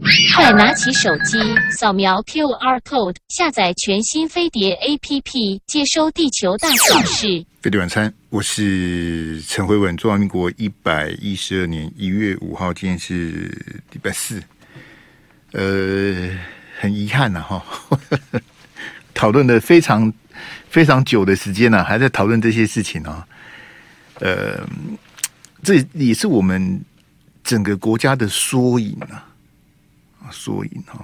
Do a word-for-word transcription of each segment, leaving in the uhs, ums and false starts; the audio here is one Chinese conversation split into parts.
快拿起手机，扫描 Q R code， 下载全新飞碟 A P P， 接收地球大小事。 飞碟晚餐，我是陈辉文。中华民国一百一十二年一月五号，今天是礼拜四。呃，很遗憾呐、啊，哈，讨论了非常非常久的时间呢、啊，还在讨论这些事情啊。呃，这也是我们整个国家的缩影啊。缩影哈，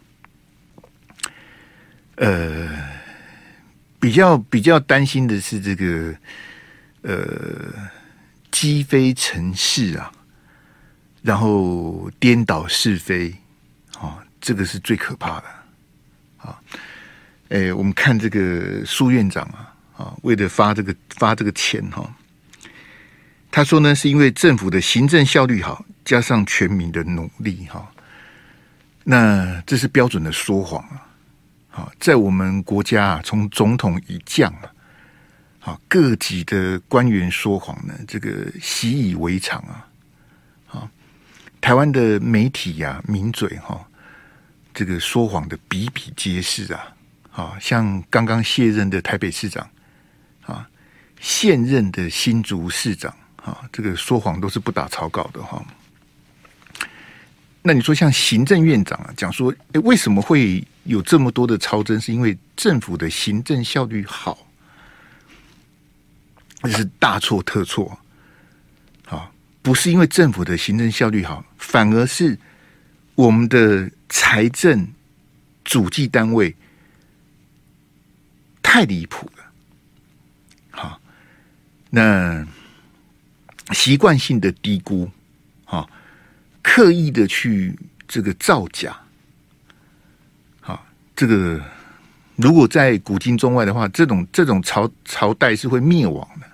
呃，比较比较担心的是这个呃积非成是啊，然后颠倒是非啊、哦，这个是最可怕的啊。哎，我们看这个苏院长啊啊，为了发这个发这个钱哈、哦，他说呢，是因为政府的行政效率好，加上全民的努力哈。那这是标准的说谎啊！好，在我们国家啊，从总统以降啊，好各级的官员说谎呢，这个习以为常啊！好，台湾的媒体呀、啊，名嘴哈、啊，这个说谎的比比皆是啊！好，像刚刚卸任的台北市长啊，现任的新竹市长啊，这个说谎都是不打草稿的哈。那你说像行政院长啊，讲说，诶，为什么会有这么多的超征？是因为政府的行政效率好，这是大错特错。好，不是因为政府的行政效率好，反而是我们的财政主计单位太离谱了。好，那习惯性的低估，好。刻意的去这个造假，好，这个如果在古今中外的话，这种这种朝朝代是会灭亡的，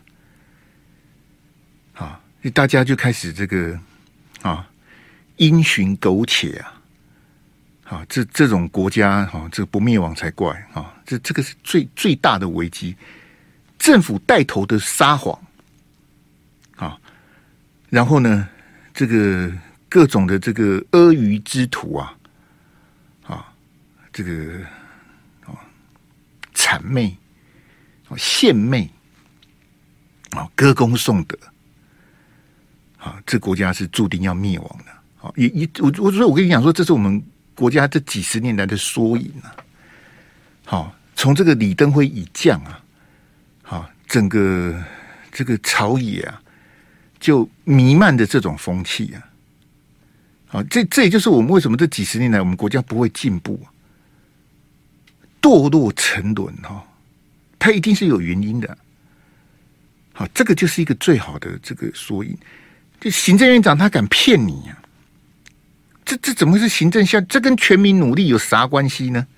啊，大家就开始这个啊因循苟且啊，啊，这这种国家哈、啊，这不灭亡才怪啊！这这个是最最大的危机，政府带头的撒谎，啊，然后呢，这个。各种的这个阿谀之徒啊，啊，这个啊，谄媚、献媚啊，歌功颂德啊，这国家是注定要灭亡的。啊，也也，我我说我跟你讲说，这是我们国家这几十年来的缩影啊。好，从这个李登辉以降啊，好，整个这个朝野啊，就弥漫着这种风气啊。好，这这也就是我们为什么这几十年来我们国家不会进步、啊，堕落沉沦哈，它一定是有原因的。好，这个就是一个最好的这个缩影。就行政院长他敢骗你呀、啊？这这怎么会是行政效？这跟全民努力有啥关系呢？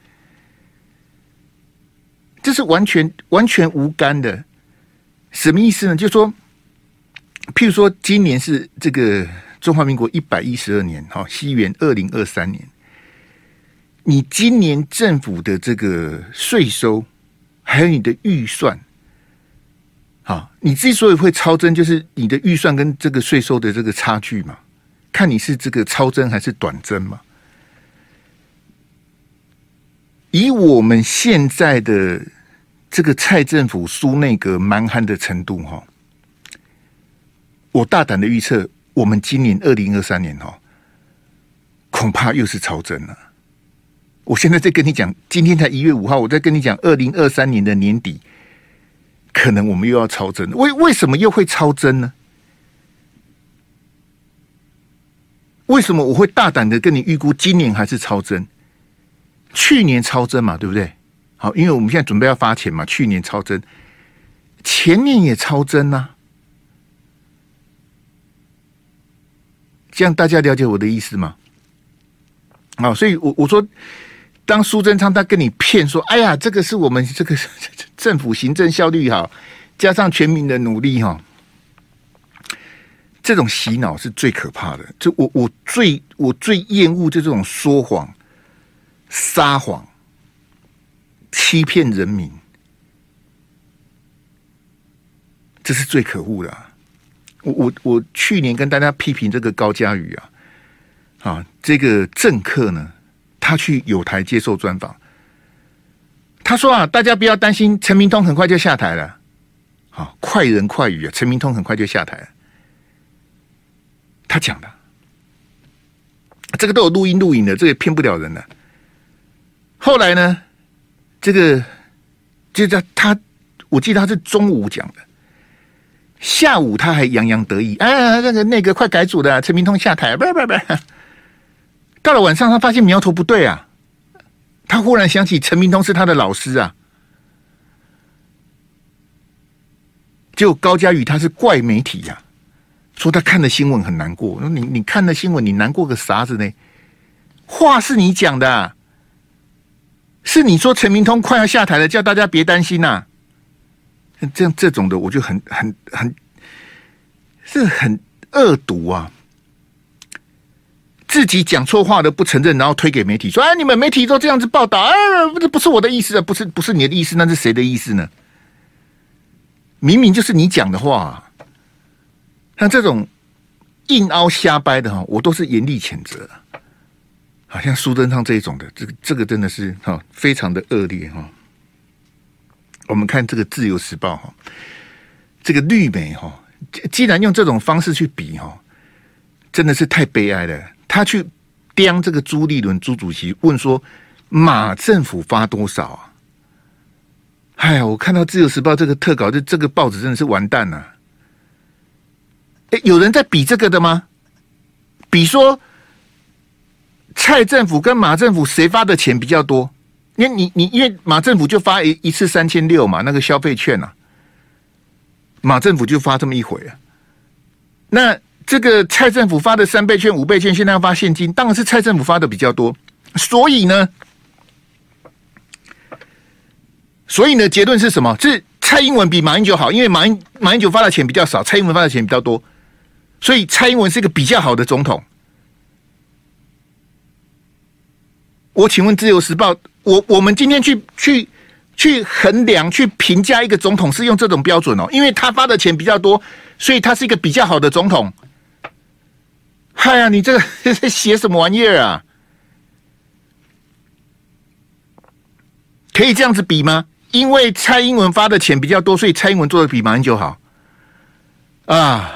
这是完全完全无干的。什么意思呢？就是说，譬如说今年是这个。中华民国一百一十二年，哈，西元二零二三年，你今年政府的这个税收，还有你的预算，好，你之所以会超征，就是你的预算跟这个税收的这个差距嘛，看你是这个超征还是短征嘛。以我们现在的这个蔡政府苏内阁蛮憨的程度，哈，我大胆的预测。我们今年二零二三年哈，恐怕又是超征了。我现在在跟你讲，今天才一月五号，我在跟你讲，二零二三年的年底，可能我们又要超征。为为什么又会超征呢？为什么我会大胆的跟你预估今年还是超征？去年超征嘛，对不对？好，因为我们现在准备要发钱嘛，去年超征，前年也超征啊。这样大家了解我的意思吗？好，所以我我说，当苏贞昌他跟你骗说，哎呀，这个是我们这个政府行政效率好，加上全民的努力哈，这种洗脑是最可怕的。就我我最我最厌恶这种说谎、撒谎、欺骗人民，这是最可恶的、啊。我我我去年跟大家批评这个高嘉瑜啊， 啊，这个政客呢，他去友台接受专访，他说啊，大家不要担心，陈明通很快就下台了。啊，快人快语啊，陈明通很快就下台了。他讲的，这个都有录音录影的，这个骗不了人的。后来呢，这个就在他，我记得他是中午讲的，下午他还洋洋得意，啊，那个那个快改组的、啊、陈明通下台，不不不。到了晚上，他发现苗头不对啊，他忽然想起陈明通是他的老师啊。结果高嘉瑜他是怪媒体呀、啊，说他看了新闻很难过。你你看了新闻，你难过个啥子呢？话是你讲的、啊，是你说陈明通快要下台了，叫大家别担心呐、啊。这样这种的，我就很很很是很恶毒啊！自己讲错话的不承认，然后推给媒体说：“哎，你们媒体都这样子报道，啊，不是不是我的意思啊，不是不是你的意思，那是谁的意思呢？明明就是你讲的话、啊。像这种硬凹瞎掰的哈，我都是严厉谴责。好像苏贞昌这一种的，这个这个真的是哈非常的恶劣哈。我们看这个《自由时报》哈，这个绿媒哈，既然用这种方式去比哈，真的是太悲哀了。他去刁这个朱立伦朱主席，问说马政府发多少啊？哎呀，我看到《自由时报》这个特稿，这这个报纸真的是完蛋了、啊。哎，有人在比这个的吗？比说蔡政府跟马政府谁发的钱比较多？因为你你因为马政府就发一一次三千六嘛，那个消费券啊，马政府就发这么一回啊。那这个蔡政府发的三倍券、五倍券，现在要发现金，当然是蔡政府发的比较多。所以呢，所以呢，结论是什么？是蔡英文比马英九好，因为马英马英九发的钱比较少，蔡英文发的钱比较多，所以蔡英文是一个比较好的总统。我请问《自由时报》，我我们今天去去去衡量、去评价一个总统是用这种标准哦，因为他发的钱比较多，所以他是一个比较好的总统。嗨呀，你这个在写什么玩意儿啊？可以这样子比吗？因为蔡英文发的钱比较多，所以蔡英文做的比马英九好啊！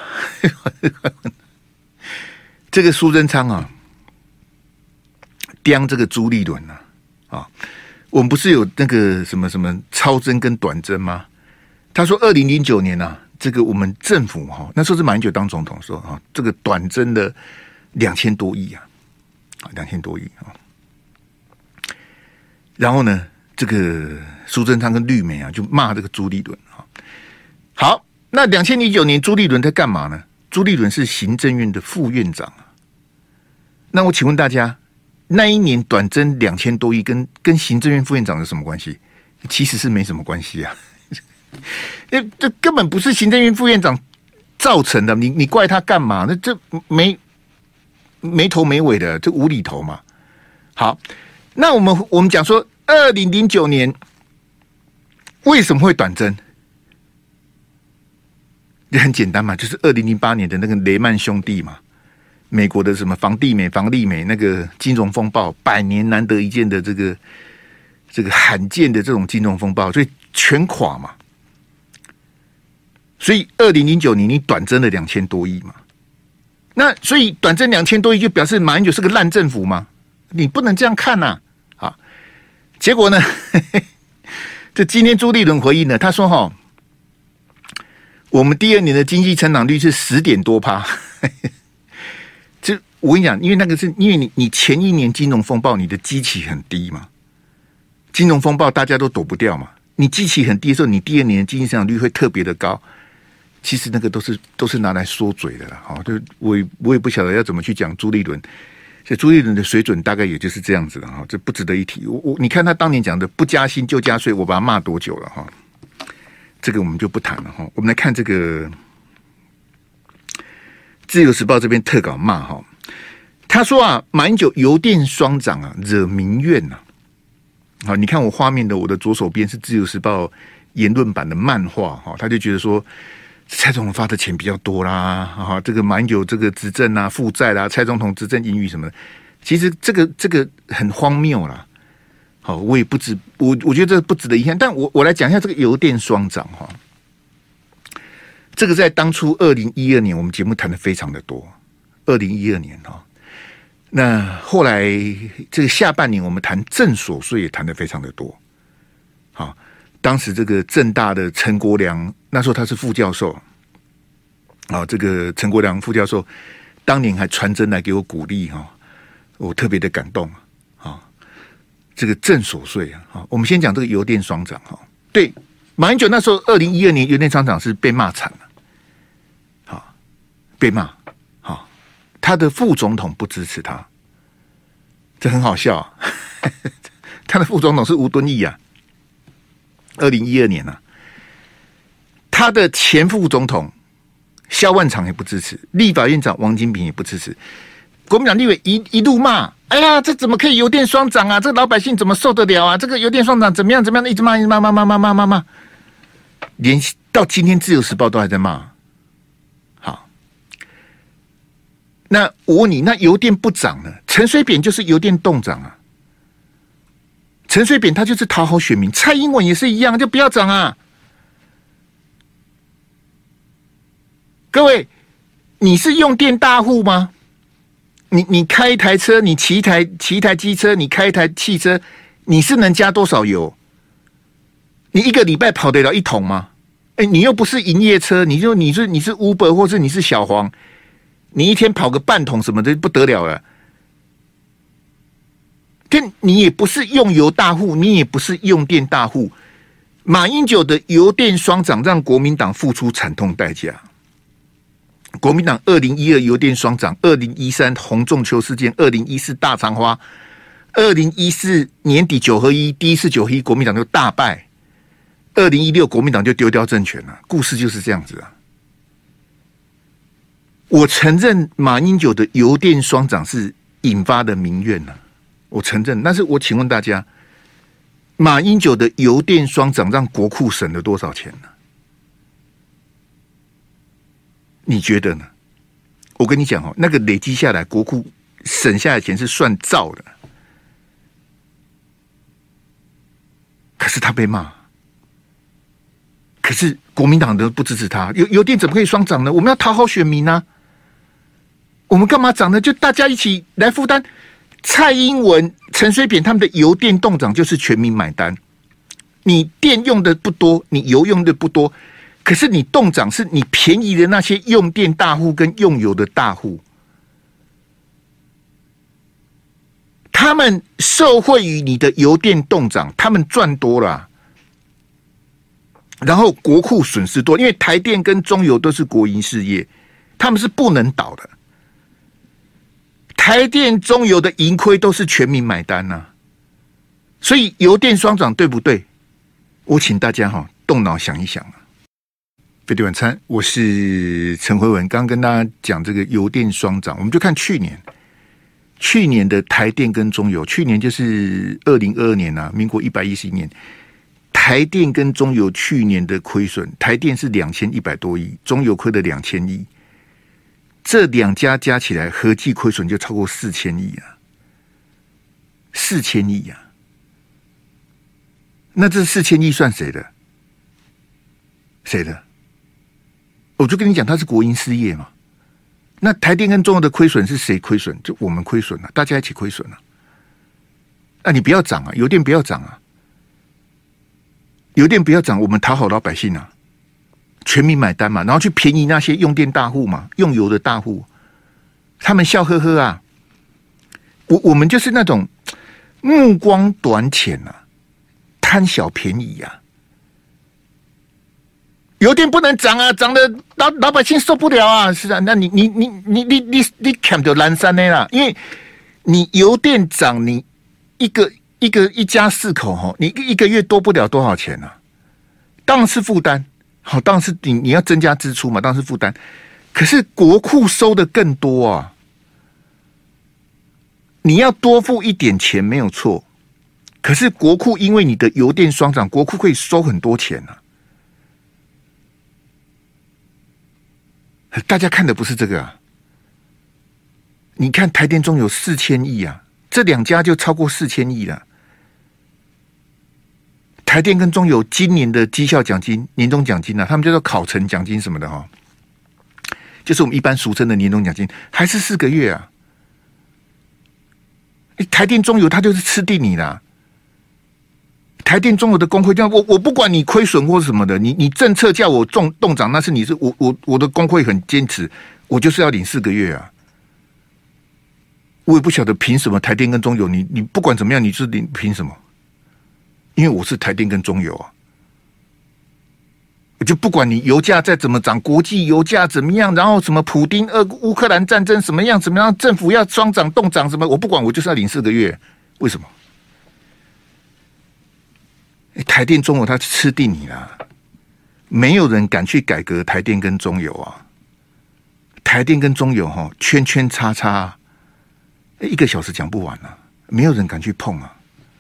这个苏贞昌啊，刁这个朱立伦啊，啊，我们不是有那个什么什么超增跟短增吗？他说，二零零九年啊，这个我们政府哈、啊，那时候是马英九当总统说啊，这个短增的两千多亿啊，两千多亿啊。然后呢，这个苏贞昌跟绿媒啊，就骂这个朱立伦啊。好，那两千零九年朱立伦在干嘛呢？朱立伦是行政院的副院长啊。那我请问大家，那一年短增两千多亿，跟跟行政院副院长有什么关系？其实是没什么关系啊。这根本不是行政院副院长造成的，你你怪他干嘛？那这没没头没尾的，这无厘头嘛。好，那我们我们讲说，二零零九年为什么会短增？也很简单嘛，就是二零零八年的那个雷曼兄弟嘛，美国的什么房地美、房利美那个金融风暴，百年难得一见的这个这个罕见的这种金融风暴，所以全垮嘛。所以二零零九年你短增了两千多亿嘛，那所以短增两千多亿就表示马英九是个烂政府吗？你不能这样看呐、啊！啊，结果呢，这今天朱立伦回应呢，他说哈，我们第二年的经济成长率是十点多趴。这我跟你讲，因为那个是因为你你前一年金融风暴你的基期很低嘛，金融风暴大家都躲不掉嘛，你基期很低的时候，你第二年的经济成长率会特别的高。其实那个都是都是拿来说嘴的啦，哈，就我我也不晓得要怎么去讲朱立伦，所以朱立伦的水准大概也就是这样子的哈，这不值得一提。我我你看他当年讲的不加薪就加税，我把他骂多久了哈？这个我们就不谈了哈。我们来看这个《自由时报》这边特稿骂哈，他说啊，马英九油电双涨啊，惹民怨呐、啊。好，你看我画面的我的左手边是《自由时报》言论版的漫画哈，他就觉得说。 蔡总统发的钱比较多啦，啊，这个马英九这个执政啊，负债啦，蔡总统执政盈余什么的，其实这个这个很荒谬啦。好，我也不值，我我觉得这不值得一看。但我我来讲一下这个油电双涨哈，这个在当初二零一二年我们节目谈的非常的多，二零一二年哈，那后来这个下半年我们谈正所税也谈的非常的多，好。当时这个政大的陈国良，那时候他是副教授，啊，这个陈国良副教授当年还传真来给我鼓励哈，我特别的感动啊。这个正所税啊，我们先讲这个油电双涨哈。对，马英九那时候二零一二年油电双涨是被骂惨了，好，被骂，好，他的副总统不支持他，这很好笑、啊，他的副总统是吴敦义啊。二零一二年啊，他的前副总统萧万长也不支持，立法院长王金平也不支持，国民党立委一一路骂，哎呀，这怎么可以油电双涨啊？这老百姓怎么受得了啊？这个油电双涨怎么样怎么样？一直骂，一直骂，骂骂骂骂骂骂，连到今天《自由时报》都还在骂。好，那我问你，那油电不涨呢？陈水扁就是油电动涨啊。陈水扁他就是讨好选民，蔡英文也是一样，就不要涨啊！各位，你是用电大户吗？你你开一台车，你骑一台骑一台机车，你开一台汽车，你是能加多少油？你一个礼拜跑得了一桶吗？哎，你又不是营业车，你就你是你是 Uber 或是你是小黄，你一天跑个半桶什么的不得了了。你也不是用油大户，你也不是用电大户。马英九的油电双涨让国民党付出惨痛代价。国民党二零一二油电双涨，二零一三洪仲丘事件，二零一四大长花，二零一四年底九合一第一次九合一，国民党就大败。二零一六国民党就丢掉政权了，故事就是这样子啊。我承认马英九的油电双涨是引发的民怨啊。我承认，但是我请问大家，马英九的油电双涨让国库省了多少钱呢？你觉得呢？我跟你讲哦，那个累积下来，国库省下来的钱是算兆的。可是他被骂，可是国民党都不支持他，油油电怎么可以双涨呢？我们要讨好选民啊！我们干嘛涨呢？就大家一起来负担。蔡英文、陈水扁他们的油电动涨就是全民买单。你电用的不多，你油用的不多，可是你动涨是你便宜的那些用电大户跟用油的大户，他们受惠于你的油电动涨，他们赚多了、啊，然后国库损失多，因为台电跟中油都是国营事业，他们是不能倒的。台电、中油的盈亏都是全民买单呐、啊，所以油电双涨对不对？我请大家哈动脑想一想啊。飞碟晚餐，我是陈辉文，刚刚跟大家讲这个油电双涨，我们就看去年，去年的台电跟中油，去年就是二零二二年啊，民国一百一十一年，台电跟中油去年的亏损，台电是两千一百多亿，中油亏了两千亿。这两家加起来合计亏损就超过四千亿啊，四千亿啊！那这四千亿算谁的？谁的？我就跟你讲，它是国营事业嘛。那台电跟中油的亏损是谁亏损？就我们亏损了、啊，大家一起亏损了、啊。那、啊、你不要涨啊，油电不要涨啊，油电不要涨，我们讨好老百姓啊。全民买单嘛，然后去便宜那些用电大户嘛，用油的大户，他们笑呵呵啊。我我们就是那种目光短浅啊，贪小便宜啊。油电不能涨啊，涨的老老百姓受不了啊。是啊，那你你你你你你你砍掉蓝山的啦，因为你油电涨，你一个一个一家四口哈，你一个月多不了多少钱啊？当然是负担。好，当然是你你要增加支出嘛，当然是负担。可是国库收的更多啊，你要多付一点钱没有错。可是国库因为你的油电双涨，国库可以收很多钱啊。 大家看的不是这个啊。你看台电中有四千亿啊，这两家就超过四千亿了。台电跟中油今年的绩效奖金、年终奖金啊，他们叫做考成奖金什么的哈、哦，就是我们一般俗称的年终奖金，还是四个月啊。台电中油它就是吃定你啦。台电中油的工会这样，我我不管你亏损或什么的，你你政策叫我动动涨，那是你是我我我的工会很坚持，我就是要领四个月啊。我也不晓得凭什么台电跟中油，你你不管怎么样，你是领凭什么？因为我是台电跟中油啊，就不管你油价再怎么涨，国际油价怎么样，然后什么普丁俄乌克兰战争什么样怎么样，政府要双涨动涨什么，我不管，我就是要领四个月。为什么？台电中油它吃定你啦，没有人敢去改革台电跟中油啊。台电跟中油哈圈圈叉叉，一个小时讲不完啊，没有人敢去碰啊。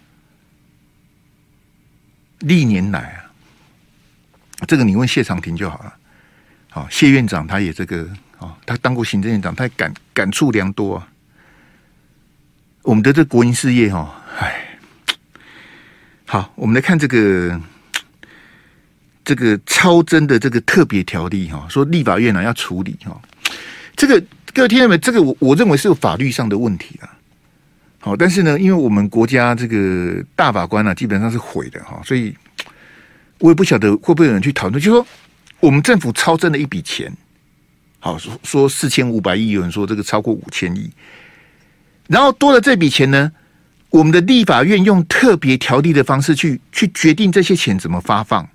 历年来啊，这个你问谢长廷就好了。好，谢院长他也这个哦，他当过行政院长，他感感触良多啊。我们的这国营事业哈、哦，哎，好，我们来看这个这个超征的这个特别条例哈、哦，说立法院呢、啊、要处理哈、哦，这个各位听到没？这个我我认为是有法律上的问题啊。好，但是呢，因为我们国家这个大法官啊，基本上是毁的哈，所以我也不晓得会不会有人去讨论，就是说我们政府超征了一笔钱，好说说四千五百亿，有人说这个超过五千亿，然后多了这笔钱呢，我们的立法院用特别条例的方式去去决定这些钱怎么发放，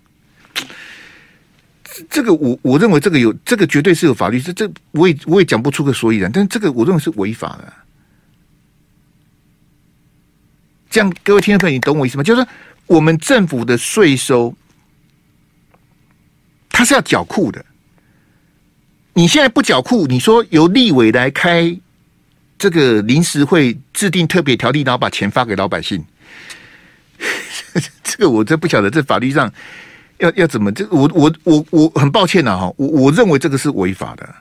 这个我我认为这个有这个绝对是有法律，这这我也我也讲不出个所以然，但是这个我认为是违法的。这样，各位听众朋友，你懂我意思吗？就是说我们政府的税收，它是要缴库的。你现在不缴库，你说由立委来开这个临时会制定特别条例，然后把钱发给老百姓，这个我真不晓得，这法律上要要怎么？这我我我我很抱歉呐、啊、哈，我我认为这个是违法的。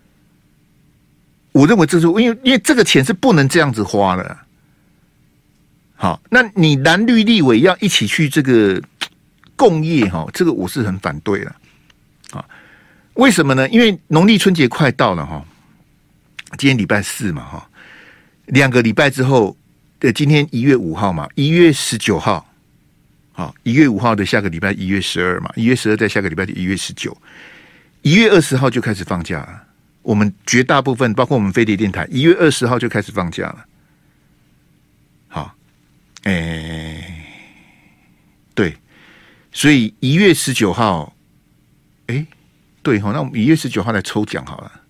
我认为这是因为因为这个钱是不能这样子花的。好，那你蓝绿立委要一起去这个共业哈，这个我是很反对的。啊，为什么呢？因为农历春节快到了哈，今天礼拜四嘛哈，两个礼拜之后，呃，今天一月五号嘛，一月十九号，好，一月五号的下个礼拜一月十二嘛，一月十二在下个礼拜就一月十九，一月二十号就开始放假了。我们绝大部分，包括我们飞碟电台，一月二十号就开始放假了。好。哎、欸，对，所以一月十九号，哎、欸，对哈，那我们一月十九号来抽奖好了，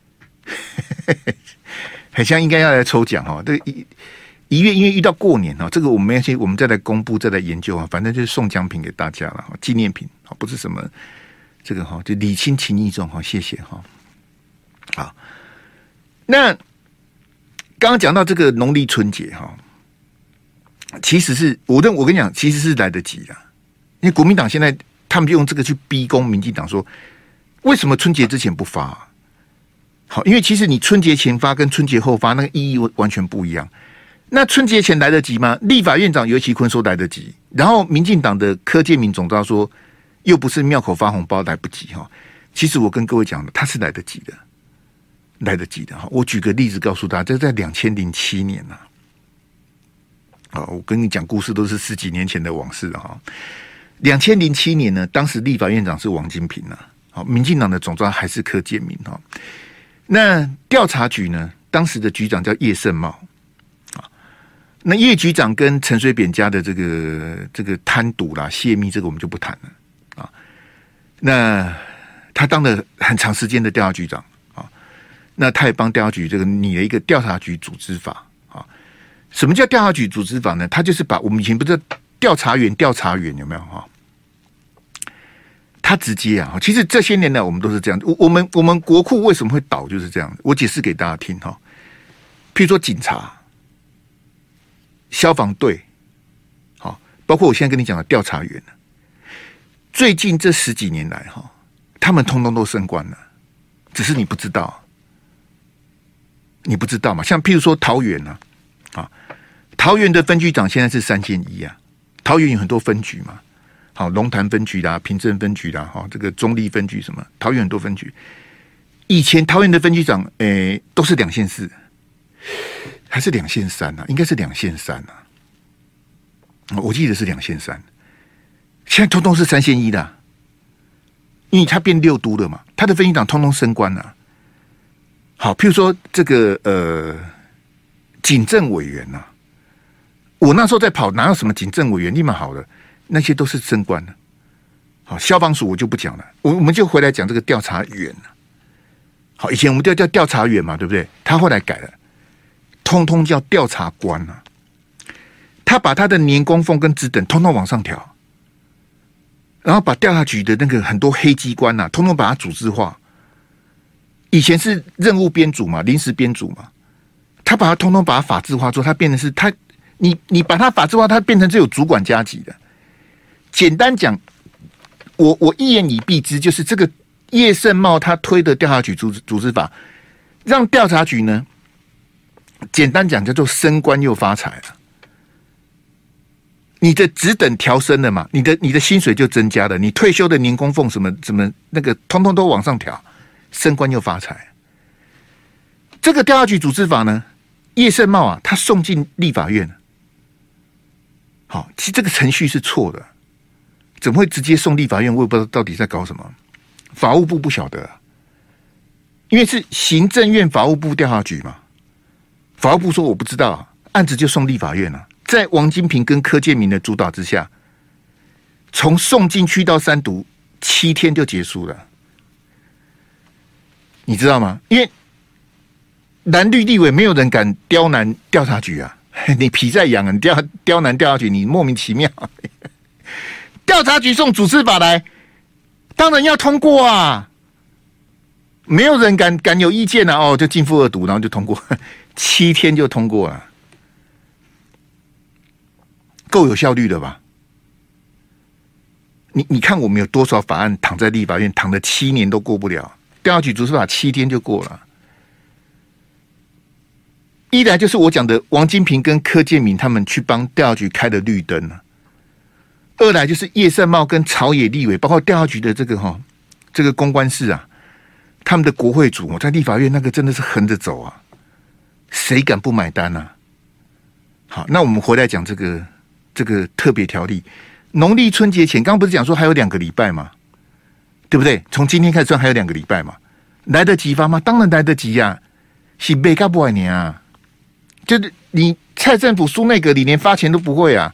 很像应该要来抽奖哈。这一一月因为遇到过年哈，这个我们要去，我们再来公布，再来研究啊，反正就是送奖品给大家了，纪念品，不是什么这个哈，就礼轻情意重哈，谢谢哈。好，那刚刚讲到这个农历春节哈。其实是我认，我跟你讲，其实是来得及的，因为国民党现在他们就用这个去逼宫民进党说，为什么春节之前不发、啊？好，因为其实你春节前发跟春节后发那个意义完全不一样。那春节前来得及吗？立法院长游锡堃说来得及，然后民进党的柯建铭总召说又不是庙口发红包来不及哈。其实我跟各位讲的，他是来得及的，来得及的哈。我举个例子告诉大家，这在两千零七年呐、啊。啊，我跟你讲故事都是十几年前的往事了哈。两千零七年呢，当时立法院长是王金平啊，好，民进党的总召还是柯建铭哈。那调查局呢，当时的局长叫叶盛茂啊。那叶局长跟陈水扁家的这个这个贪渎啦、泄密，这个我们就不谈了啊。那他当了很长时间的调查局长啊，那他也帮调查局这个拟了一个调查局组织法。什么叫调查局组织法呢？他就是把我们以前不是调查员调查员有没有哈？他直接啊，其实这些年来我们都是这样。我们我们国库为什么会倒就是这样。我解释给大家听哈。譬如说警察、消防队，好，包括我现在跟你讲的调查员，最近这十几年来哈，他们通通都升官了。 只是你不知道，你不知道嘛？像譬如说桃园啊，啊，桃园的分局长现在是三线一啊，桃园有很多分局嘛，好，龙潭分局啦、平镇分局啦，哈，这个中立分局什么，桃园很多分局。以前桃园的分局长，诶、欸，都是两线四，还是两线三啊？应该是两线三啊，我记得是两线三。现在通通是三线一的、啊，因为他变六都了嘛，他的分局长通通升官了、啊。好，譬如说这个呃，警政委员呐、啊，我那时候在跑，哪有什么警政委员立马好了，那些都是升官的。好，消防署我就不讲了，我我们就回来讲这个调查员了。好，以前我们叫叫调查员嘛，对不对？他后来改了，通通叫调查官啊。他把他的年功俸跟职等通通往上调，然后把调查局的那个很多黑机关啊，通通把它组织化。以前是任务编组嘛，临时编组嘛，他把它通通把它法制化之后，它变成是他，你你把它法制化，它变成是有主管加级的。简单讲，我我一言以蔽之，就是这个。叶盛茂他推的调查局组组织法，让调查局呢，简单讲叫做升官又发财了。你的职等调升了嘛，你的你的薪水就增加了，你退休的年功俸什么什么那个，通通都往上调，升官又发财。这个调查局组织法呢，叶盛茂啊，他送进立法院。好，其实这个程序是错的，怎么会直接送立法院？我也不知道到底在搞什么。法务部不晓得，因为是行政院法务部调查局嘛。法务部说我不知道，案子就送立法院了。在王金平跟柯建铭的主导之下，从送进去到三读七天就结束了。你知道吗？因为蓝绿立委没有人敢刁难调查局啊，你皮在痒啊，你刁刁难调查局，你莫名其妙。调查局送组织法来。当然要通过啊！没有人敢敢有意见啊！哦，就进复二读，然后就通过，七天就通过了，够有效率的吧？你你看我们有多少法案躺在立法院躺了七年都过不了，调查局组织法七天就过了。一来就是我讲的王金平跟柯建铭他们去帮调查局开了绿灯啊。二来就是叶盛茂跟朝野立委，包括调查局的这个哈这个公关室啊，他们的国会组在立法院那个真的是横着走啊，谁敢不买单啊？好，那我们回来讲这个这个特别条例，农历春节前，刚刚不是讲说还有两个礼拜嘛，对不对？从今天开始算还有两个礼拜嘛，来得及发吗？当然来得及呀、啊，是没干不完年啊，就是你蔡政府苏内阁，你连发钱都不会啊。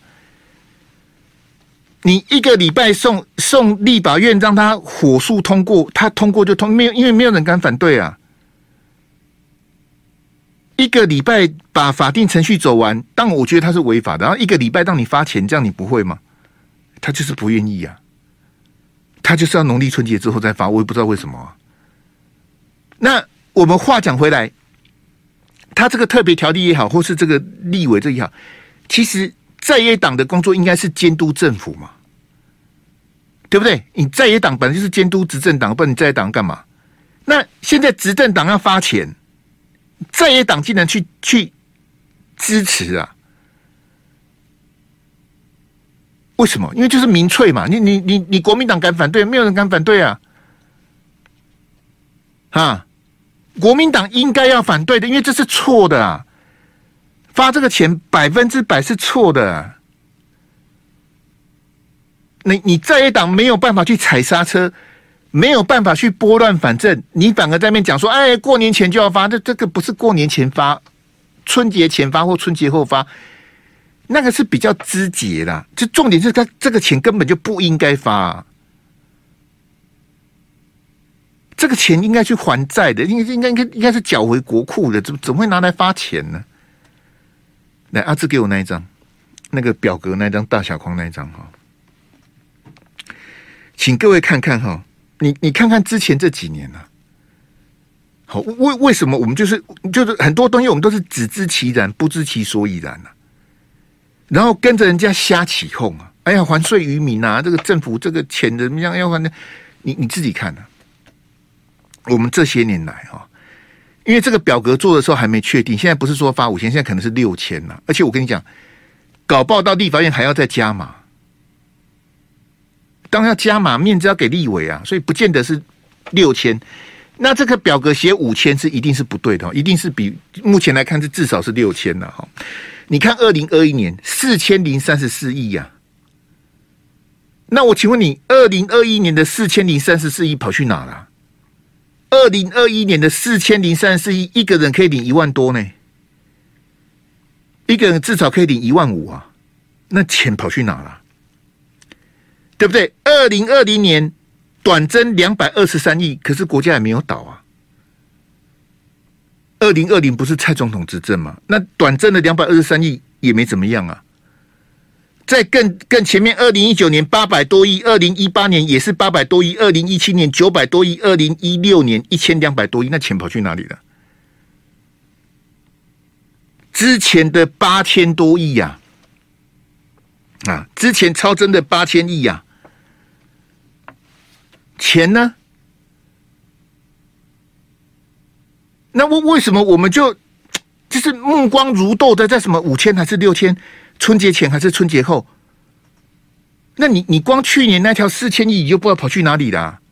你一个礼拜送送立法院，让他火速通过，他通过就通，没有，因为没有人敢反对啊。一个礼拜把法定程序走完，但我觉得他是违法的。然后一个礼拜让你发钱，这样你不会吗？他就是不愿意啊，他就是要农历春节之后再发，我也不知道为什么、啊。那我们话讲回来，他这个特别条例也好，或是这个立委这也好，其实在野党的工作应该是监督政府嘛。对不对？你在野党本来就是监督执政党，不然你在野党干嘛？那现在执政党要发钱，在野党竟然去去支持啊？为什么？因为就是民粹嘛。你你你你国民党敢反对？没有人敢反对啊！啊，国民党应该要反对的，因为这是错的啊！发这个钱百分之百是错的、啊。你你在野党没有办法去踩刹车，没有办法去拨乱反正，你反而在那边讲说，哎，过年前就要发，这这个不是过年前发，春节前发或春节后发，那个是比较枝节啦。就重点是他这个钱根本就不应该发、啊，这个钱应该去还债的，应该应该应该应该是缴回国库的，怎么怎么会拿来发钱呢？来，阿志给我那一张，那个表格那一张大小框那一张哈。请各位看看哈，你你看看之前这几年啊，好为为什么我们就是就是很多东西我们都是只知其然不知其所以然啊，然后跟着人家瞎起哄啊，哎呀还税于民啊，这个政府这个钱怎么样要还呢？你你自己看啊， 我们这些年来哈，因为这个表格做的时候还没确定，现在不是说发五千，现在可能是六千了。而且我跟你讲，搞不好到立法院还要再加码，当然要加码，面子要给立委啊，所以不见得是六千。那这个表格写五千是一定是不对的，一定是比目前来看是至少是六千了哈。你看二零二一年四千零三十四亿呀，那我请问你，二零二一年的四千零三十四亿跑去哪了？二零二一年的四千零三十四亿，一个人可以领一万多呢，一个人至少可以领一万五啊，那钱跑去哪了？对不对？二零二零年短征两百二十三亿，可是国家也没有倒啊。二零二零不是蔡总统执政嘛？那短征的两百二十三亿也没怎么样啊。在更更前面，二零一九年八百多亿，二零一八年也是八百多亿，二零一七年九百多亿，二零一六年一千两百多亿，那钱跑去哪里了？之前的八千多亿呀、啊，啊，之前超征的八千亿呀，钱呢？那为为什么我们就就是目光如豆的在什么五千还是六千？春节前还是春节后？那你你光去年那条四千亿，你就不知道跑去哪里了、啊？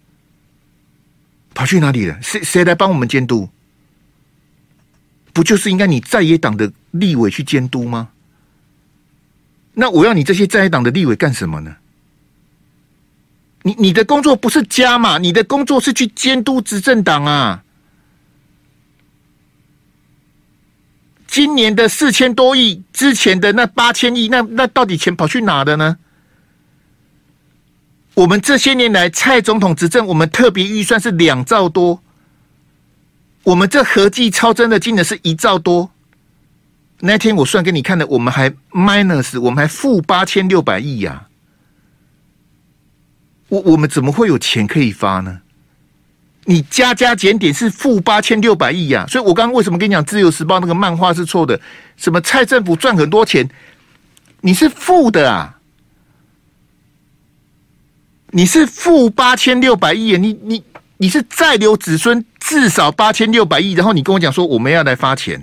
跑去哪里了？谁谁来帮我们监督？不就是应该你在野党的立委去监督吗？那我要你这些在野党的立委干什么呢？你你的工作不是加码，你的工作是去监督执政党啊。今年的四千多亿，之前的那八千亿，那那到底钱跑去哪了呢？我们这些年来，蔡总统执政，我们特别预算是两兆多，我们这合计超征的金额是一兆多。那天我算给你看的，我们还 minus， 我们还负八千六百亿呀。我我们怎么会有钱可以发呢？你加加减点是负八千六百亿呀，所以我刚刚为什么跟你讲《自由时报》那个漫画是错的？什么蔡政府赚很多钱，你是负的啊！你是负八千六百亿，你你你是再留子孙至少八千六百亿，然后你跟我讲说我们要来发钱，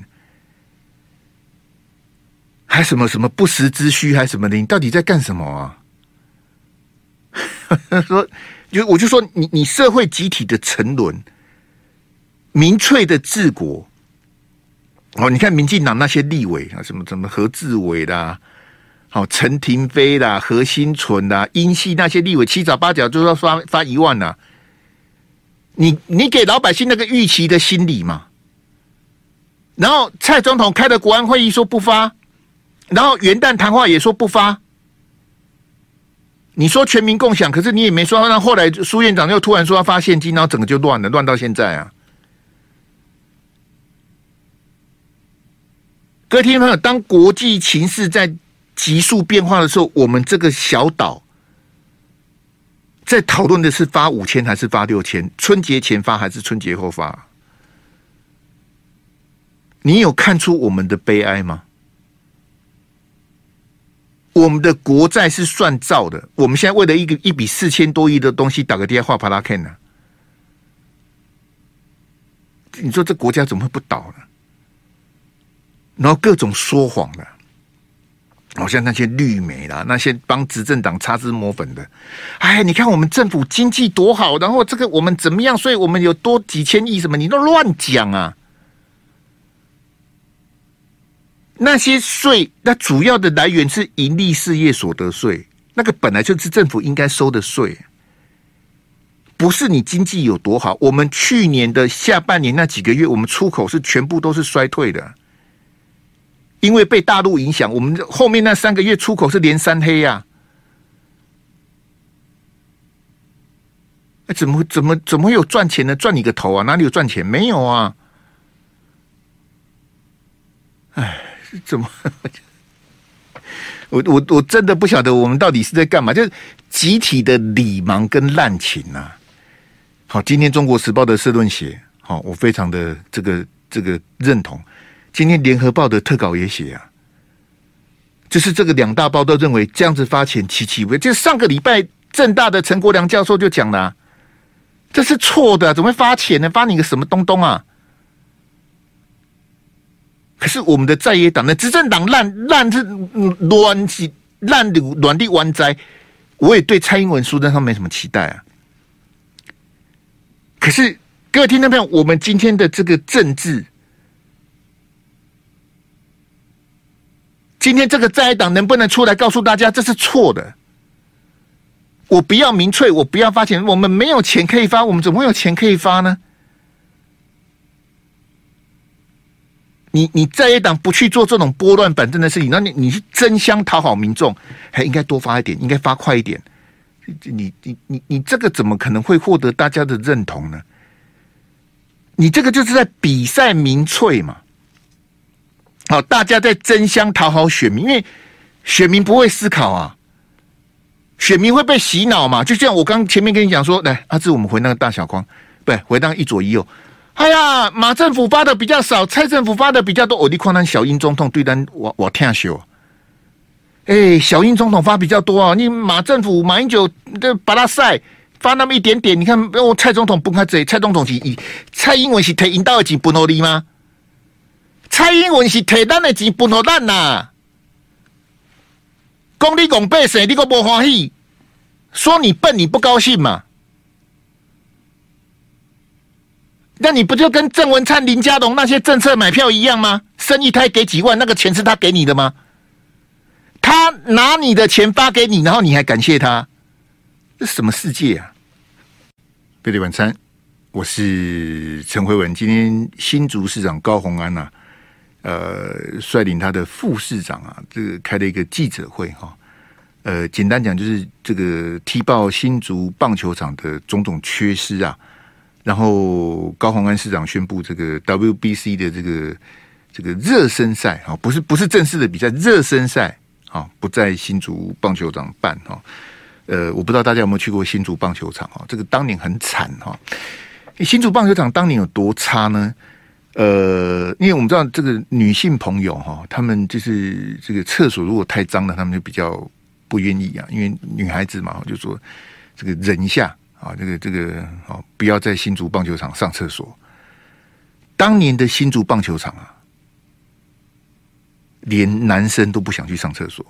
还什么什么不时之需，还什么的，你到底在干什么啊？说。就我就说你你社会集体的沉沦，民粹的治国，哦，你看民进党那些立委啊，什么什么何志伟啦，好、哦、陈廷飞啦、何新存啦、英系那些立委，七早八早就要发发一万啦、啊。你你给老百姓那个预期的心理嘛？然后蔡总统开的国安会议说不发，然后元旦谈话也说不发。你说全民共享，可是你也没说。那后来苏院长又突然说要发现金，然后整个就乱了，乱到现在啊！各位听众朋友，当国际情势在急速变化的时候，我们这个小岛在讨论的是发五千还是发六千？春节前发还是春节后发？你有看出我们的悲哀吗？我们的国债是算兆的，我们现在为了一个一笔四千多亿的东西打个电话，帕拉 Ken 呢？你说这国家怎么会不倒呢？然后各种说谎的，好像那些绿媒啦，那些帮执政党擦脂抹粉的，哎，你看我们政府经济多好，然后这个我们怎么样，所以我们有多几千亿什么，你都乱讲啊！那些税，那主要的来源是盈利事业所得税，那个本来就是政府应该收的税，不是你经济有多好。我们去年的下半年那几个月，我们出口是全部都是衰退的，因为被大陆影响，我们后面那三个月出口是连三黑呀、啊。怎么怎么怎么会有赚钱呢？赚你个头啊！哪里有赚钱？没有啊！哎。怎么？我我我真的不晓得我们到底是在干嘛，就是集体的理盲跟滥情啊！好，今天《中国时报》的社论写，好，我非常的这个这个认同。今天《联合报》的特稿也写啊，就是这个两大报都认为这样子发钱奇奇怪，就上个礼拜政大的陈国良教授就讲了、啊， 这是错的，怎么会发钱呢？发你个什么东东啊？可是我们的在野党的执政党烂烂是乱是烂的乱的湾灾，我也对蔡英文苏贞昌没什么期待啊。可是各位听众朋友，我们今天的这个政治，今天这个在野党能不能出来告诉大家这是错的？我不要民粹，我不要发钱，我们没有钱可以发，我们怎么会有钱可以发呢？你你在野党不去做这种拨乱反正的事情，那你你去争相讨好民众，还应该多发一点，应该发快一点。你你你你这个怎么可能会获得大家的认同呢？你这个就是在比赛民粹嘛。好，大家在争相讨好选民，因为选民不会思考啊。选民会被洗脑嘛？就像我刚前面跟你讲说，来阿志，我们回那个大小框，不对，回到一左一右。哎呀，马政府发的比较少，蔡政府发的比较多。我你看咱小英总统对咱我我听秀，哎、欸，小英总统发比较多啊。你马政府马英九的把他晒发那么一点点，你看我、哦、蔡总统分开这，蔡总统是以蔡英文是摕引导的钱分给你吗？蔡英文是摕咱的钱分给咱呐。讲你讲百姓，你个不欢喜，说你笨，你不高兴嘛？那你不就跟郑文灿、林佳龙那些政策买票一样吗？生一胎给几万，那个钱是他给你的吗？他拿你的钱发给你，然后你还感谢他，这什么世界啊？贝类晚餐，我是陈辉文。今天新竹市长高虹安呐、啊。呃，率领他的副市长啊，这个开了一个记者会哈。呃，简单讲就是这个踢爆新竹棒球场的种种缺失啊。然后高虹安市长宣布，这个 W B C 的这个这个热身赛啊，不是不是正式的比赛，热身赛啊，不在新竹棒球场办哈。呃，我不知道大家有没有去过新竹棒球场啊？这个当年很惨哈。新竹棒球场当年有多差呢？呃，因为我们知道这个女性朋友哈，她们就是这个厕所如果太脏了，她们就比较不愿意啊。因为女孩子嘛，就说这个忍一下啊，这个这个啊，不要在新竹棒球场上厕所。当年的新竹棒球场啊，连男生都不想去上厕所，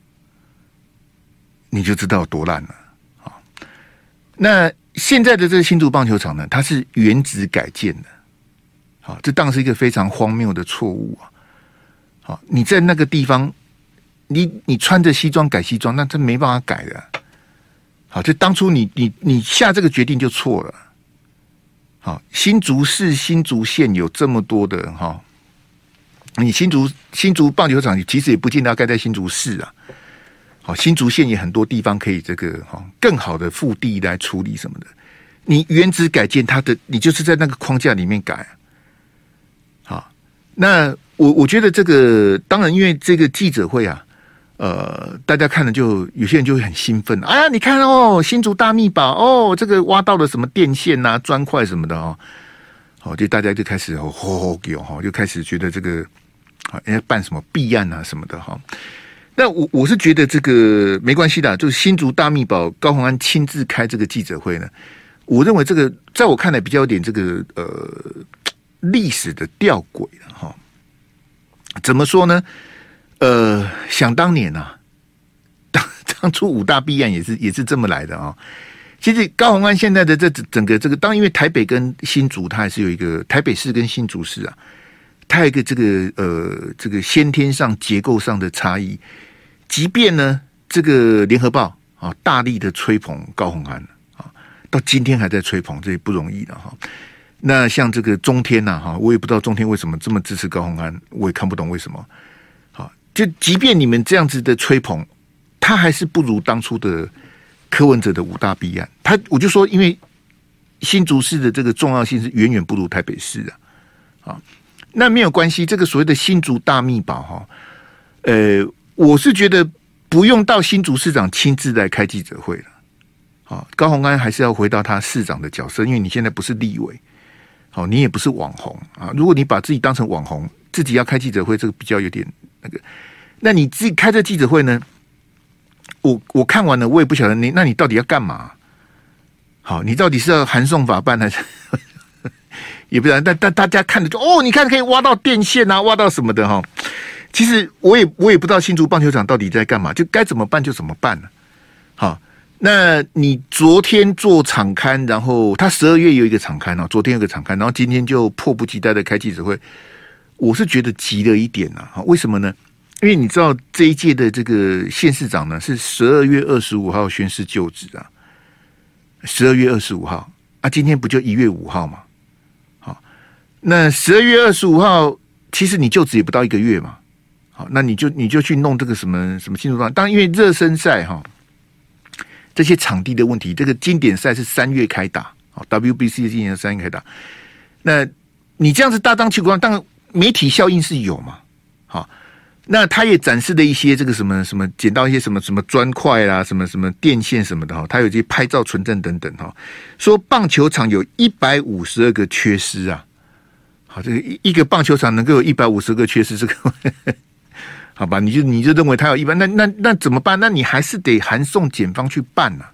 你就知道有多烂了啊。那现在的这个新竹棒球场呢，它是原址改建的。好，这当然是一个非常荒谬的错误啊！好，你在那个地方，你你穿着西装改西装，那这没办法改的。好，这当初你你你下这个决定就错了。好，新竹市、新竹县有这么多的哈，你新竹新竹棒球场其实也不见得要盖在新竹市啊。好，新竹县也很多地方可以这个哈更好的腹地来处理什么的。你原址改建它的，你就是在那个框架里面改。好，那我我觉得这个当然，因为这个记者会啊，呃，大家看了就有些人就会很兴奋，哎呀，你看哦，新竹大秘宝哦，这个挖到了什么电线啊、砖块什么的哦，好，就大家就开始吼吼吼给哦，就开始觉得这个啊，人家办什么弊案啊什么的哈。那我我是觉得这个没关系的，就是新竹大秘宝高虹安亲自开这个记者会呢，我认为这个在我看来比较有点这个呃。历史的吊诡了哈，怎么说呢？呃，想当年啊，当当初五大弊案也是也是这么来的啊、哦。其实高虹安现在的这整个这个，当然因为台北跟新竹，它还是有一个台北市跟新竹市啊，它有一个这个呃这个先天上结构上的差异。即便呢，这个联合报啊大力的吹捧高虹安啊，到今天还在吹捧，这也不容易的哈。那像这个中天呐、啊，哈，我也不知道中天为什么这么支持高虹安，我也看不懂为什么。好，就即便你们这样子的吹捧，他还是不如当初的柯文哲的五大弊案。他我就说，因为新竹市的这个重要性是远远不如台北市啊。啊，那没有关系，这个所谓的新竹大秘宝哈，呃，我是觉得不用到新竹市长亲自来开记者会了。好，高虹安还是要回到他市长的角色，因为你现在不是立委。好，你也不是网红啊！如果你把自己当成网红，自己要开记者会，这个比较有点那个。那你自己开这记者会呢？我我看完了，我也不晓得你，那你到底要干嘛？ 好，你到底是要函送法办还是也不知道？但但大家看着就哦，你看可以挖到电线啊，挖到什么的哈。其实我也我也不知道新竹棒球场到底在干嘛，就该怎么办就怎么办了。好，那你昨天做场勘，然后他十二月有一个场勘哦，昨天有个场勘，然后今天就迫不及待的开记者会。我是觉得急了一点啊，为什么呢？因为你知道这一届的这个县市长呢是十二月二十五号宣誓就职啊，十二月二十五号啊，今天不就一月五号嘛？好，那十二月二十五号其实你就职也不到一个月嘛。好，那你就你就去弄这个什么什么新竹棒，当然因为热身赛哈，这些场地的问题，这个经典赛是三月开打，好 ，W B C 今年三月开打，那你这样子大张旗鼓，当然媒体效应是有嘛，好，那他也展示了一些这个什么什么捡到一些什么什么砖块啦，什么什么电线什么的哈，他有这些拍照存证等等哈，说棒球场有一百五十二个缺失啊，好，这个一个棒球场能够有一百五十个缺失，这个。好吧，你就你就认为他有一般，那那那怎么办？那你还是得函送检方去办啊，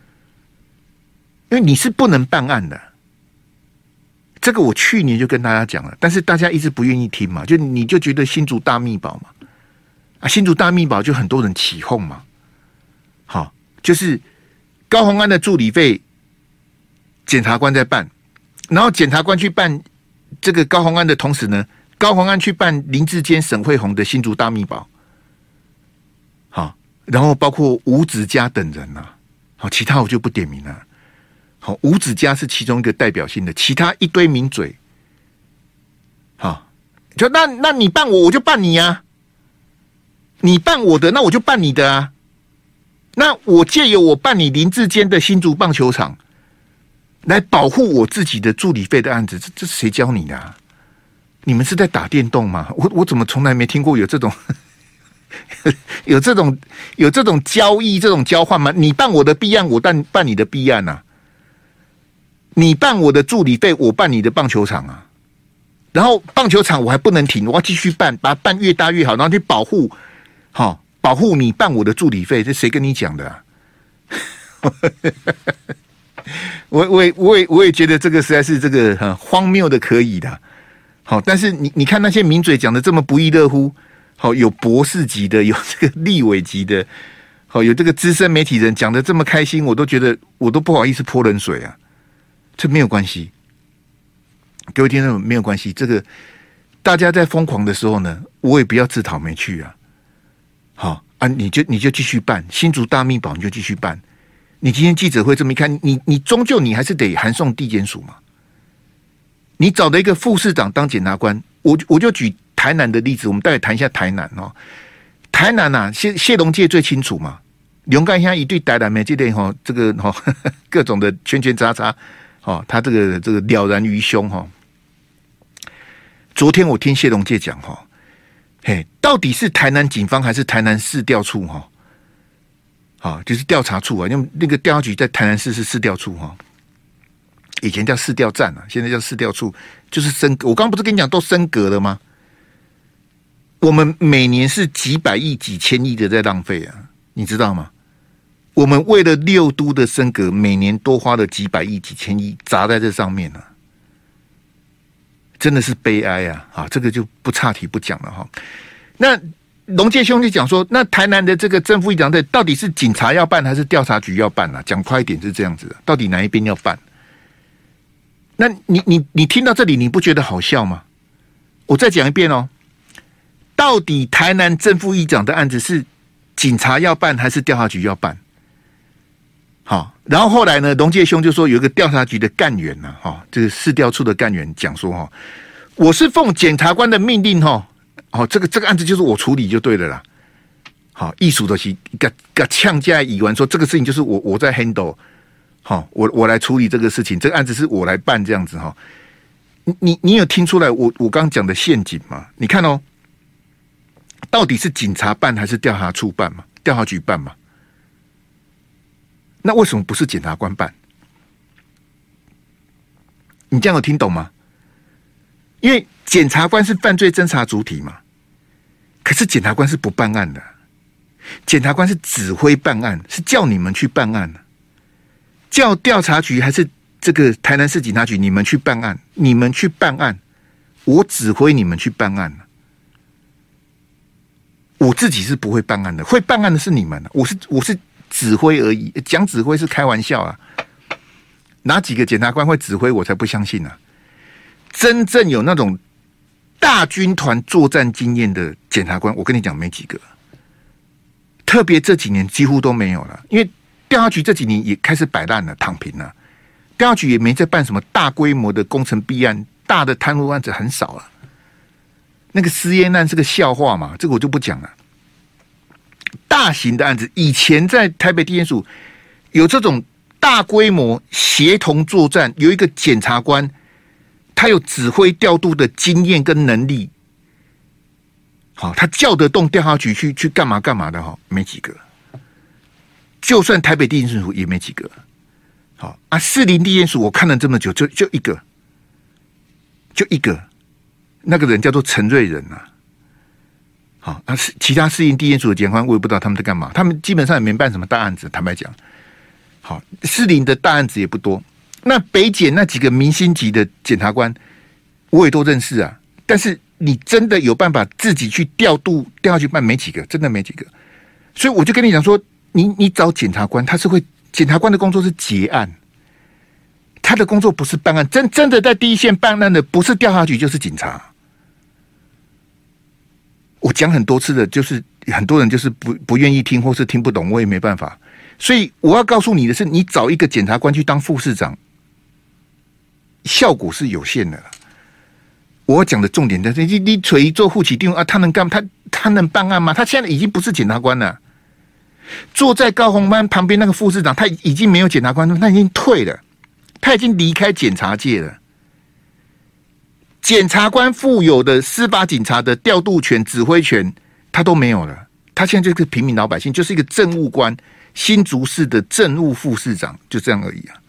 因为你是不能办案的。这个我去年就跟大家讲了，但是大家一直不愿意听嘛，就你就觉得新竹大秘宝嘛，啊，新竹大秘宝就很多人起哄嘛。好，就是高虹安的助理费，检察官在办，然后检察官去办这个高虹安的同时呢。高虹安去办林志坚、沈慧虹的新竹大秘宝，好，然后包括吴子嘉等人呐、啊，好，其他我就不点名了。好，吴子嘉是其中一个代表性的，其他一堆名嘴，好，就那那你办我，我就办你呀、啊，你办我的，那我就办你的啊。那我借由我办你林志坚的新竹棒球场，来保护我自己的助理费的案子，这这是谁教你的啊？你们是在打电动吗？我我怎么从来没听过有这种有这种有这种交易、这种交换吗？你办我的弊案，我办办你的弊案啊！你办我的助理费，我办你的棒球场啊！然后棒球场我还不能停，我要继续办，把它办越大越好，然后去保护，好、哦、保护你办我的助理费，这谁跟你讲的啊？我我也我也我也觉得这个实在是这个很荒谬的可以的。好，但是你你看那些名嘴讲的这么不亦乐乎，好，有博士级的，有这个立委级的，好，有这个资深媒体人讲的这么开心，我都觉得我都不好意思泼冷水啊。这没有关系，各位听众没有关系，这个大家在疯狂的时候呢，我也不要自讨没趣啊。好啊，你就你就继续办新竹大秘宝，你就继续办。你今天记者会这么一看，你你终究你还是得函送地检署嘛。你找的一个副市长当检察官，我我就举台南的例子，我们待会谈一下台南哦。台南啊，谢谢龙介最清楚嘛，勇敢下一对台南没这点哈，这个哈各种的圈圈叉叉，哦，他这个这个了然于胸哈。昨天我听谢龙介讲哈，嘿，到底是台南警方还是台南市调处哈？啊，就是调查处啊，因为那个调查局在台南市是市调处哈。以前叫市调站啊，现在叫市调处，就是升格。我刚刚不是跟你讲都升格了吗？我们每年是几百亿、几千亿的在浪费啊，你知道吗？我们为了六都的升格，每年多花了几百亿、几千亿砸在这上面啊，真的是悲哀啊！啊，这个就不岔题不讲了哈。那龙介兄就讲说，那台南的这个正副议长队到底是警察要办还是调查局要办啊？讲快一点是这样子的，到底哪一边要办？那你你你听到这里，你不觉得好笑吗？我再讲一遍哦，到底台南正副议长的案子是警察要办还是调查局要办？好，然后后来呢，龙介兄就说有一个调查局的干员呐、啊，哈，这个市调处的干员讲说哈，我是奉检察官的命令哈，哦，这个这个案子就是我处理就对了啦。好，艺术的是个个呛架议员说这个事情就是我我在 handle。好，我我来处理这个事情，这个案子是我来办，这样子哈。你你你有听出来我我刚刚讲的陷阱吗？你看哦，到底是警察办还是调查处办嘛？调查局办嘛？那为什么不是检察官办？你这样有听懂吗？因为检察官是犯罪侦查主体嘛，可是检察官是不办案的，检察官是指挥办案，是叫你们去办案的。 叫调查局还是这个台南市警察局，你们去办案，你们去办案，我指挥你们去办案。我自己是不会办案的，会办案的是你们，我是我是指挥而已，讲指挥是开玩笑啊。哪几个检察官会指挥我才不相信啊！真正有那种大军团作战经验的检察官，我跟你讲没几个，特别这几年几乎都没有了，因为调查局这几年也开始摆烂了，躺平了。调查局也没在办什么大规模的工程弊案，大的贪污案子很少了。那个私烟案是个笑话嘛，这个我就不讲了。大型的案子，以前在台北地检署有这种大规模协同作战，有一个检察官，他有指挥调度的经验跟能力，好，他叫得动调查局去去干嘛干嘛的哈，没几个。就算台北地检署也没几个。好啊，士林地检署我看了这么久，就就一个，就一个，那个人叫做陈瑞仁啊。好啊，其他士林地检署的检察官我也不知道他们在干嘛，他们基本上也没办什么大案子，坦白讲。好，士林的大案子也不多。那北检那几个明星级的检察官，我也都认识啊。但是你真的有办法自己去调度调查局办，没几个，真的没几个。所以我就跟你讲说，你你找检察官，他是会，检察官的工作是结案，他的工作不是办案。真真的在第一线办案的，不是调查局就是警察。我讲很多次的，就是很多人就是不不愿意听，或是听不懂，我也没办法。所以我要告诉你的是，你找一个检察官去当副市长，效果是有限的了。我讲的重点在这，你你锤做户籍定啊，他能干？他他能办案吗？他现在已经不是检察官了。坐在高虹安旁边那个副市长，他已经没有检察官，他已经退了，他已经离开检察界了。检察官负有的司法警察的调度权、指挥权，他都没有了。他现在就是平民老百姓，就是一个政务官。新竹市的政务副市长，就这样而已啊。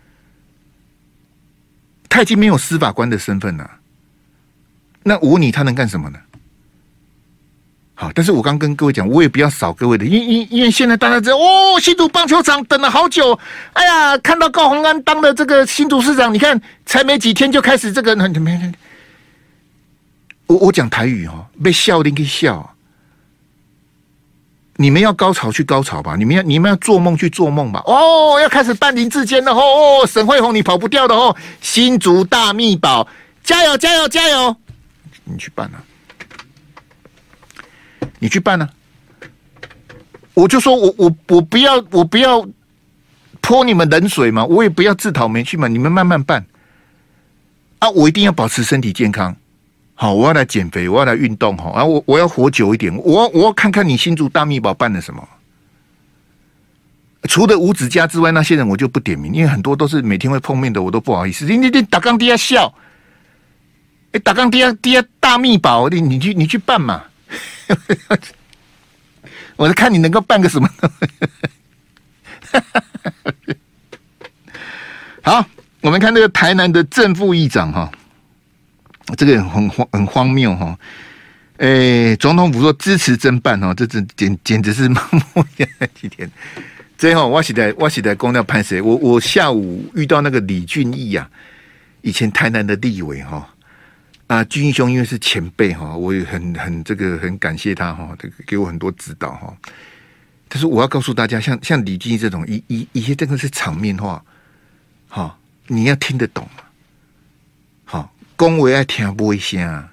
他已经没有司法官的身份了。那我问你，他能干什么呢？好，但是我刚跟各位讲，我也不要扫各位的，因因因为现在大家知道，哦，新竹棒球场等了好久，哎呀，看到高虹安当了这个新竹市长，你看才没几天就开始这个，我我讲台语哦，被笑你可以笑。你们要高潮去高潮吧，你们要你们要做梦去做梦吧。哦，要开始办林志坚了哦，沈慧虹你跑不掉的哦，新竹大秘宝，加油加油加油！你去办啊，你去办啊！我就说我我我不要我不要泼你们冷水嘛，我也不要自讨没趣嘛，你们慢慢办啊！我一定要保持身体健康。好，我要来减肥，我要来运动哈，啊，我我要活久一点，我我要看看你新竹大秘宝办了什么。除了吴子嘉之外，那些人我就不点名，因为很多都是每天会碰面的，我都不好意思。你你你打钢底下笑，哎，打钢底下底下大秘宝，你你去你去办嘛。我在看你能够办个什么。好，我们看这个台南的正副议长哈。这个很荒很荒谬哈，诶，总统府说支持侦办哈，这这简简直是盲目几天。最后我是在我是在公料拍谁？我我下午遇到那个李俊毅啊，以前台南的立委哈啊，俊毅兄因为是前辈哈，我也很很这个很感谢他哈，这个给我很多指导哈。但是我要告诉大家，像像李俊毅这种一一一些这个是场面话，哈，你要听得懂。恭维爱听不一声，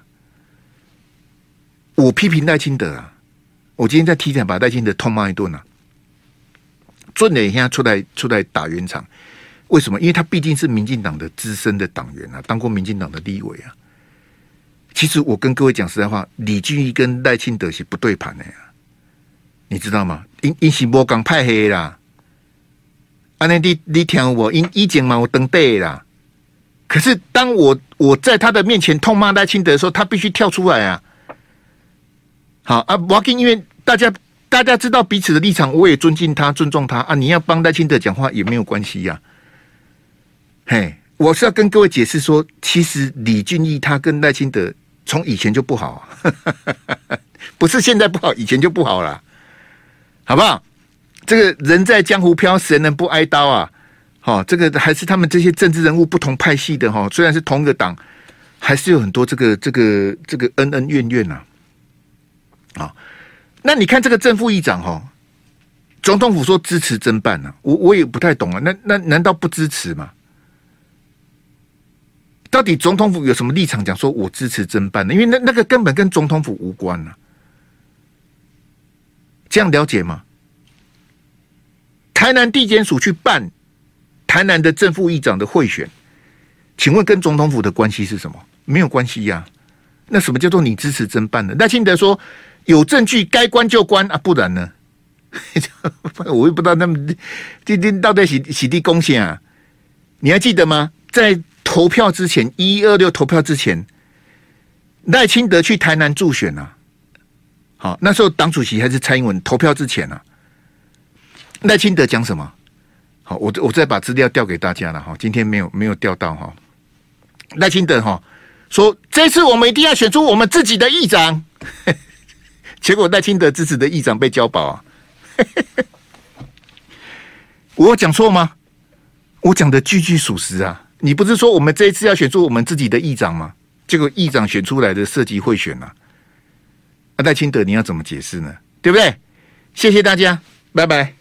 我批评赖清德啊！我今天在体检把赖清德痛骂一顿啊！准了一下出来出来打圆场，为什么？因为他毕竟是民进党的资深的党员啊，当过民进党的立委啊。其实我跟各位讲实在话，李俊毅跟赖清德是不对盘的呀、啊，你知道吗？因因是无讲派黑啦，安尼你你听我，因以前嘛我登对啦。可是当我我在他的面前痛骂赖清德的时候，他必须跳出来啊！好啊，我因为大家大家知道彼此的立场，我也尊敬他、尊重他啊。你要帮赖清德讲话也没有关系呀、啊。嘿，我是要跟各位解释说，其实李俊毅他跟赖清德从以前就不好、啊，不是现在不好，以前就不好了，好不好？这个人在江湖飘，谁能不挨刀啊？ 好、哦，这个还是他们这些政治人物不同派系的哈、哦，虽然是同一个党，还是有很多这个这个这个恩恩怨怨呐、啊。好，那你看这个正副议长哈、哦，总统府说支持侦办啊，我我也不太懂啊，那那难道不支持吗？到底总统府有什么立场讲说我支持侦办呢？因为那那个根本跟总统府无关啊，这样了解吗？台南地检署去办台南的正副议长的贿选，请问跟总统府的关系是什么？没有关系呀、啊。那什么叫做你支持侦办呢？赖清德说有证据该关就关啊，不然呢？我也不知道他们今天到底洗洗地贡献啊？你还记得吗？在投票之前，一一二六投票之前，赖清德去台南助选啊。好，那时候党主席还是蔡英文，投票之前啊。赖清德讲什么？好，我我再把资料调给大家了哈。今天没有没有调到哈。赖清德哈说，这次我们一定要选出我们自己的议长。结果赖清德支持的议长被交保啊。我有讲错吗？我讲的句句属实啊。你不是说我们这一次要选出我们自己的议长吗？结果议长选出来的涉及贿选啊。赖清德你要怎么解释呢？对不对？谢谢大家。拜拜。